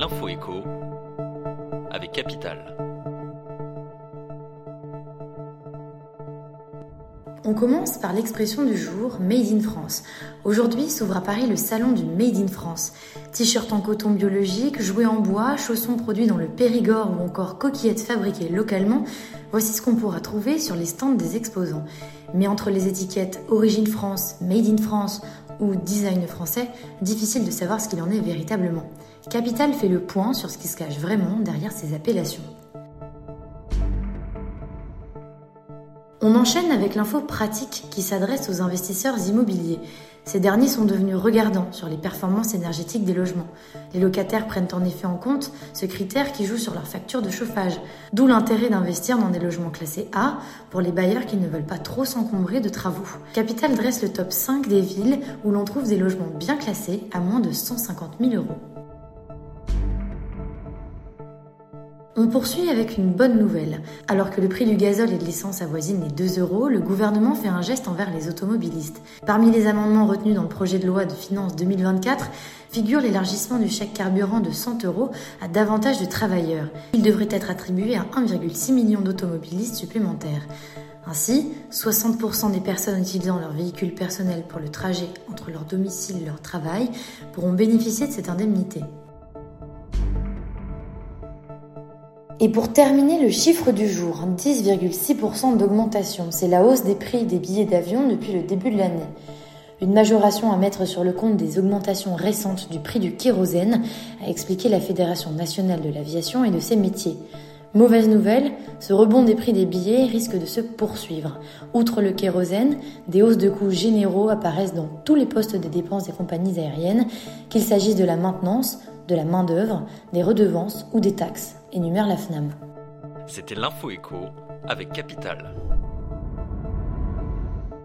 l'info écho avec Capital. On commence par l'expression du jour Made in France. Aujourd'hui s'ouvre à Paris le salon du Made in France. T-shirts en coton biologique, jouets en bois, chaussons produits dans le Périgord ou encore coquillettes fabriquées localement, voici ce qu'on pourra trouver sur les stands des exposants. Mais entre les étiquettes Origine France, Made in France ou Design français, difficile de savoir ce qu'il en est véritablement. Capital fait le point sur ce qui se cache vraiment derrière ces appellations. On enchaîne avec l'info pratique qui s'adresse aux investisseurs immobiliers. Ces derniers sont devenus regardants sur les performances énergétiques des logements. Les locataires prennent en effet en compte ce critère qui joue sur leur facture de chauffage. D'où l'intérêt d'investir dans des logements classés A pour les bailleurs qui ne veulent pas trop s'encombrer de travaux. Capital dresse le top 5 des villes où l'on trouve des logements bien classés à moins de 150 000 €. On poursuit avec une bonne nouvelle. Alors que le prix du gazole et de l'essence avoisine les 2 €, le gouvernement fait un geste envers les automobilistes. Parmi les amendements retenus dans le projet de loi de finances 2024 figure l'élargissement du chèque carburant de 100 € à davantage de travailleurs. Il devrait être attribué à 1,6 million d'automobilistes supplémentaires. Ainsi, 60% des personnes utilisant leur véhicule personnel pour le trajet entre leur domicile et leur travail pourront bénéficier de cette indemnité. Et pour terminer, le chiffre du jour, 10,6% d'augmentation. C'est la hausse des prix des billets d'avion depuis le début de l'année. Une majoration à mettre sur le compte des augmentations récentes du prix du kérosène, a expliqué la Fédération nationale de l'aviation et de ses métiers. Mauvaise nouvelle, ce rebond des prix des billets risque de se poursuivre. Outre le kérosène, des hausses de coûts généraux apparaissent dans tous les postes des dépenses des compagnies aériennes, qu'il s'agisse de la maintenance, de la main-d'œuvre, des redevances ou des taxes, énumère la FNAM. C'était l'info écho avec Capital.